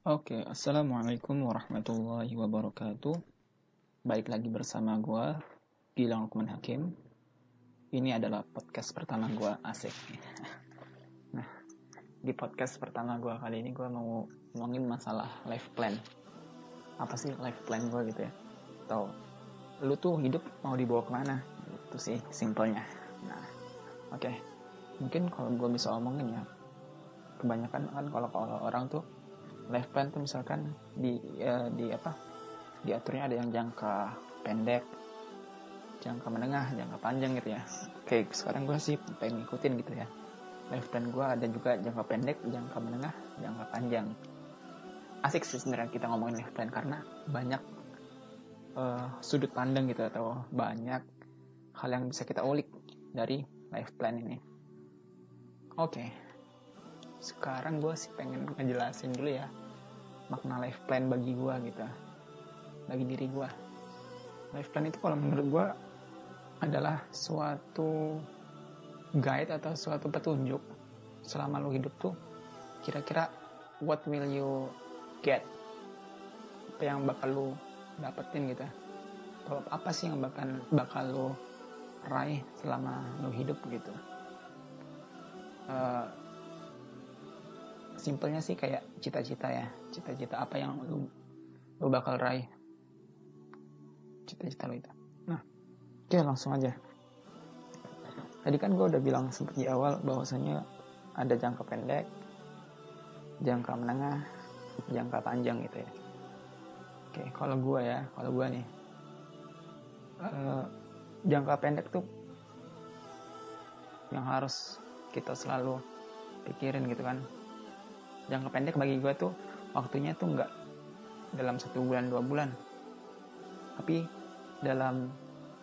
Oke, Assalamualaikum warahmatullahi wabarakatuh. Baik lagi bersama gue, Gilang Lukman Hakim. Ini adalah podcast pertama gue, asik. Nah, di podcast pertama gue kali ini gue mau ngomongin masalah life plan. Apa sih life plan gue gitu ya? Atau lu tuh hidup mau dibawa kemana? Itu sih simpelnya. Nah, oke. Mungkin kalau gue bisa omongin ya, kebanyakan kan kalau orang tuh life plan tuh misalkan diaturnya ada yang jangka pendek, jangka menengah, jangka panjang gitu ya. Oke, sekarang gue sih pengen ngikutin gitu ya. Life plan gue ada juga jangka pendek, jangka menengah, jangka panjang. Asik sih sebenarnya kita ngomongin life plan karena banyak sudut pandang gitu atau banyak hal yang bisa kita ulik dari life plan ini. Oke, sekarang gue sih pengen ngejelasin dulu ya makna life plan bagi gue gitu, bagi diri gue. Life plan itu kalau menurut gue adalah suatu guide atau suatu petunjuk selama lo hidup tuh kira-kira what will you get, apa yang bakal lo dapetin gitu, atau apa sih yang bakal lo raih selama lo hidup gitu. Simpelnya sih kayak cita-cita ya, cita-cita apa yang lo bakal raih, cita-cita lo itu. Nah, oke, langsung aja. Tadi kan gue udah bilang sempat di awal bahwasanya ada jangka pendek, jangka menengah, jangka panjang gitu ya. Oke, kalau gue nih, jangka pendek tuh yang harus kita selalu pikirin gitu kan. Jangka pendek bagi gue tuh waktunya tuh nggak dalam 1 bulan 2 bulan, tapi dalam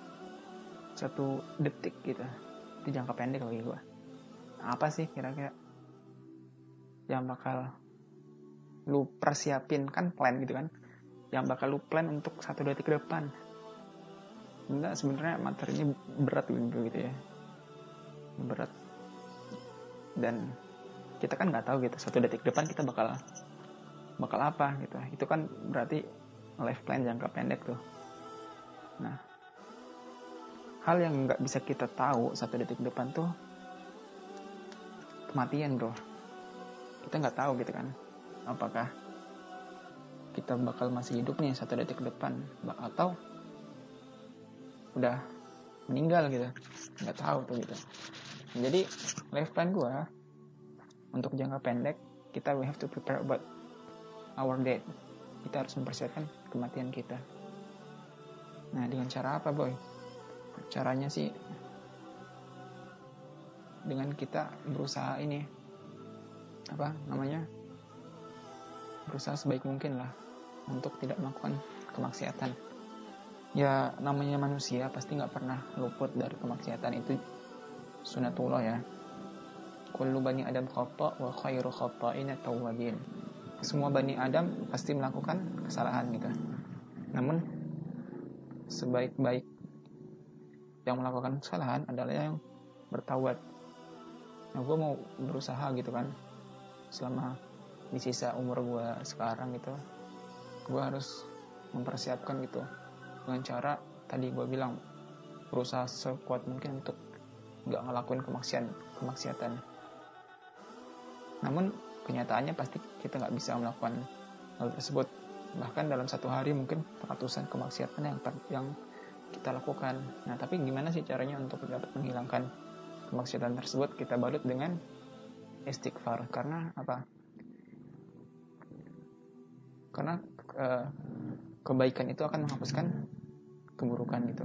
1 detik gitu. Itu jangka pendek bagi gue. Apa sih kira-kira yang bakal lu persiapin, kan plan gitu kan, yang bakal lu plan untuk 1 detik ke depan. Enggak, sebenarnya materinya berat gitu ya, berat, dan kita kan nggak tahu gitu 1 detik depan kita bakal apa gitu. Itu kan berarti life plan jangka pendek tuh. Nah, hal yang nggak bisa kita tahu 1 detik depan tuh kematian, bro. Kita nggak tahu gitu kan, apakah kita bakal masih hidup nih 1 detik depan atau udah meninggal gitu. Nggak tahu tuh gitu. Jadi life plan gue untuk jangka pendek, we have to prepare about our death. Kita harus mempersiapkan kematian kita. Nah, dengan cara apa, boy? Caranya sih dengan kita berusaha berusaha sebaik mungkin lah untuk tidak melakukan kemaksiatan. Ya, namanya manusia pasti nggak pernah luput dari kemaksiatan, itu sunatullah ya. Kullu bani Adam khata' wa khairu khata'in at-tawwabin. Semua bani Adam pasti melakukan kesalahan gitu. Namun sebaik-baik yang melakukan kesalahan adalah yang bertaubat. Nah, gue mau berusaha gitu kan, selama di sisa umur gue sekarang gitu, gue harus mempersiapkan gitu dengan cara tadi gue bilang, berusaha sekuat mungkin untuk gak ngelakuin kemaksiatan. Namun kenyataannya pasti kita gak bisa melakukan hal tersebut. Bahkan dalam 1 hari mungkin ratusan kemaksiatan yang kita lakukan. Nah, tapi gimana sih caranya untuk dapat menghilangkan kemaksiatan tersebut? Kita balut dengan istighfar. Karena apa? Karena kebaikan itu akan menghapuskan keburukan gitu.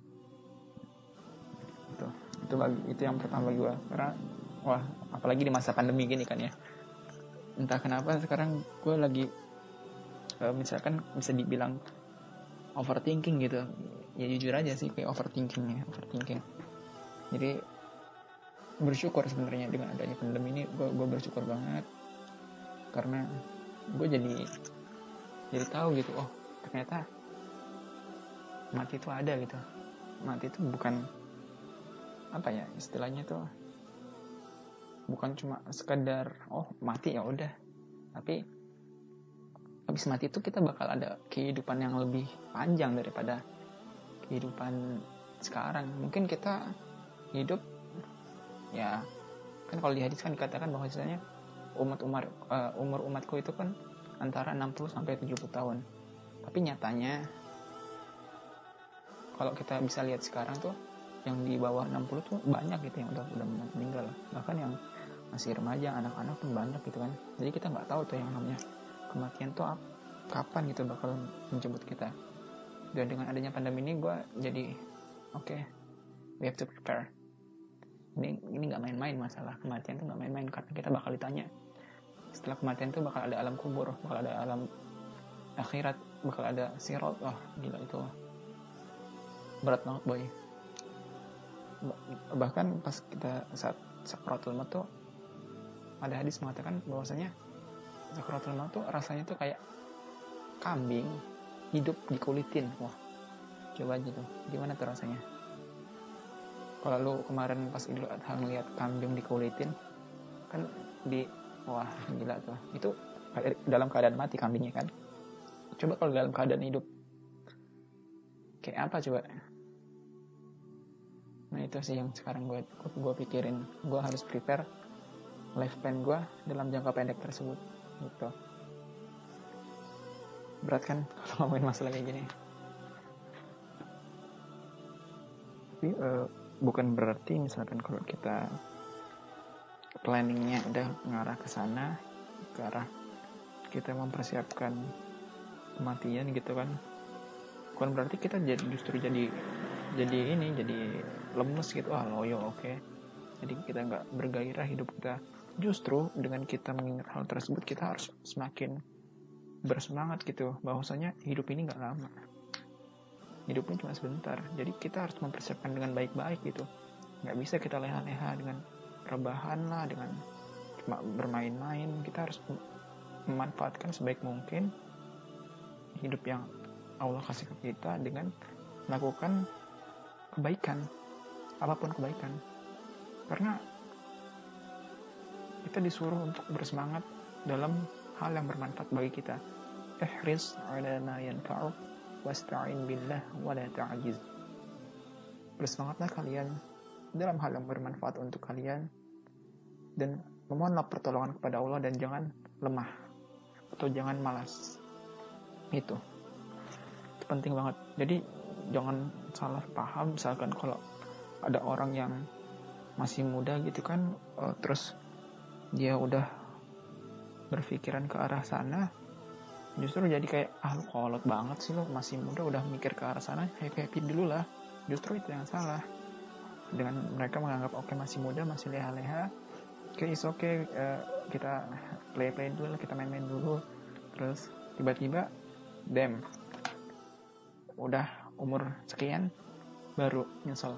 Itu yang pertama bagi gue. Karena apalagi di masa pandemi gini kan ya, entah kenapa sekarang gue lagi misalkan bisa dibilang overthinking gitu ya, jujur aja sih kayak overthinking. Jadi bersyukur sebenarnya dengan adanya pandemi ini, gue bersyukur banget karena gue jadi tahu gitu, oh ternyata mati itu ada gitu. Mati itu bukan apa ya istilahnya tuh, bukan cuma sekedar oh mati ya udah, tapi habis mati itu kita bakal ada kehidupan yang lebih panjang daripada kehidupan sekarang. Mungkin kita hidup ya, kan kalau di hadis kan dikatakan bahwa misalnya umur umatku itu kan antara 60 sampai 70 tahun. Tapi nyatanya kalau kita bisa lihat sekarang tuh yang di bawah 60 tuh banyak gitu yang udah meninggal. Bahkan yang masih remaja, anak-anak pun banyak gitu kan. Jadi kita nggak tahu tuh yang namanya kematian tuh kapan gitu bakal menjemput kita. Dan dengan adanya pandemi ini gue jadi we have to prepare. Ini nggak main-main masalah kematian tuh, nggak main-main, karena kita bakal ditanya setelah kematian tuh bakal ada alam kubur, bakal ada alam akhirat, bakal ada sirat. Gila itu berat banget boy. Bahkan pas kita saat sakaratul maut tuh ada hadis mengatakan bahwasanya sakaratul maut tuh rasanya tuh kayak kambing hidup dikulitin. Wah, coba aja tuh gimana tuh rasanya. Kalau lu kemarin pas Idul Adha ngeliat kambing dikulitin kan, wah gila tuh. Itu dalam keadaan mati kambingnya kan. Coba kalau dalam keadaan hidup kayak apa coba. Nah itu sih yang sekarang gue pikirin. Gue harus prepare lifespan gue dalam jangka pendek tersebut gitu. Berat kan kalau ngomongin masalah kayak gini. Tapi bukan berarti misalkan kalau kita planningnya udah mengarah ke sana, ke arah kita mempersiapkan kematian gitu kan, bukan berarti kita justru jadi lemes gitu, loyo. Jadi kita nggak bergairah hidup kita. Justru dengan kita mengingat hal tersebut, kita harus semakin bersemangat gitu, bahwasanya hidup ini nggak lama, hidup ini cuma sebentar. Jadi kita harus mempersiapkan dengan baik-baik gitu. Nggak bisa kita leha-leha dengan rebahan lah, dengan cuma bermain-main. Kita harus memanfaatkan sebaik mungkin hidup yang Allah kasih ke kita dengan melakukan kebaikan, apapun kebaikan. Karena kita disuruh untuk bersemangat dalam hal yang bermanfaat bagi kita. Ihris 'ala ma yanfa'uk wasta'in billah wa la ta'jiz. Bersemangatlah kalian dalam hal yang bermanfaat untuk kalian, dan memohonlah pertolongan kepada Allah, dan jangan lemah atau jangan malas. Itu penting banget. Jadi jangan salah paham, misalkan kalau ada orang yang masih muda gitu kan, terus dia udah berpikiran ke arah sana, justru jadi kayak lu kolot banget sih, lu masih muda udah mikir ke arah sana, happy dulu lah. Justru itu yang salah. Dengan mereka menganggap masih muda, masih leha-leha, it's okay, kita play dulu, kita main-main dulu. Terus tiba-tiba udah umur sekian baru nyesel,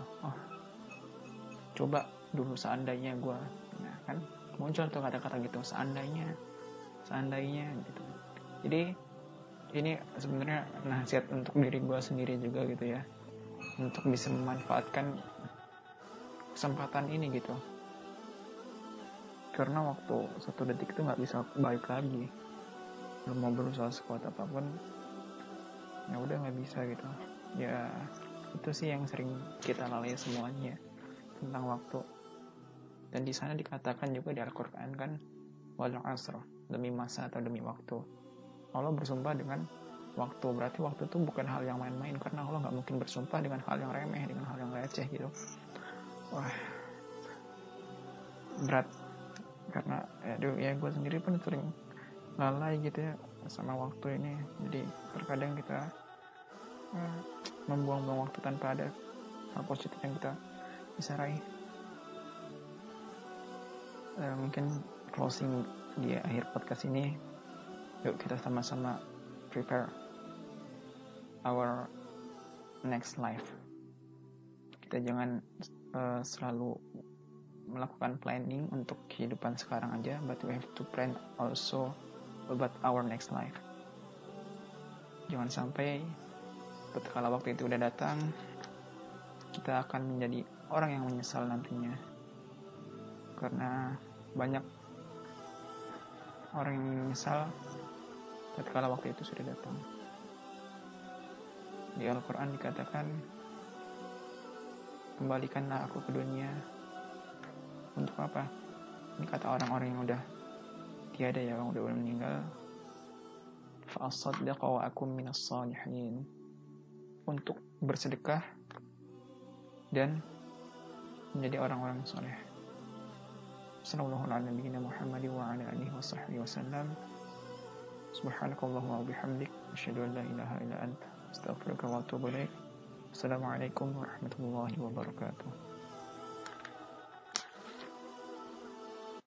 coba dulu seandainya gue, nah kan muncul tuh kata-kata gitu, seandainya gitu. Jadi ini sebenarnya nasihat untuk diri gue sendiri juga gitu ya, untuk bisa memanfaatkan kesempatan ini gitu. Karena waktu satu detik itu nggak bisa balik lagi. Lu mau berusaha sekuat apapun, ya udah nggak bisa gitu. Ya itu sih yang sering kita lalai semuanya tentang waktu. Dan di sana dikatakan juga di Al-Quran kan, wal asr, demi masa atau demi waktu. Allah bersumpah dengan waktu, berarti waktu itu bukan hal yang main-main, karena Allah nggak mungkin bersumpah dengan hal yang remeh, dengan hal yang receh gitu. Wah, berat. Karena ya gue sendiri pun sering lalai gitu ya sama waktu ini. Jadi terkadang kita membuang-buang waktu tanpa ada hal positif yang kita bisa raih. Mungkin closing di akhir podcast ini, yuk kita sama-sama prepare our next life. Kita jangan selalu melakukan planning untuk kehidupan sekarang aja, but we have to plan also about our next life. Jangan sampai ketika waktu itu udah datang, kita akan menjadi orang yang menyesal nantinya. Karena banyak orang yang menyesal tatkala waktu itu sudah datang. Di Al-Quran dikatakan, kembalikanlah aku ke dunia. Untuk apa? Ini kata orang-orang yang udah tiada, ya, yang udah meninggal. Fa'asaddaqa wa akum minas salihin. Untuk bersedekah dan menjadi orang-orang yang soleh. Sallallahu ala nabiyyina Muhammad wa ala alihi wa sahbihi wa sallam. Subhanakallahumma wa bihamdik, asyhadu an la ilaha illa anta, astaghfiruka wa atubu ilaik. Assalamualaikum warahmatullahi wabarakatuh.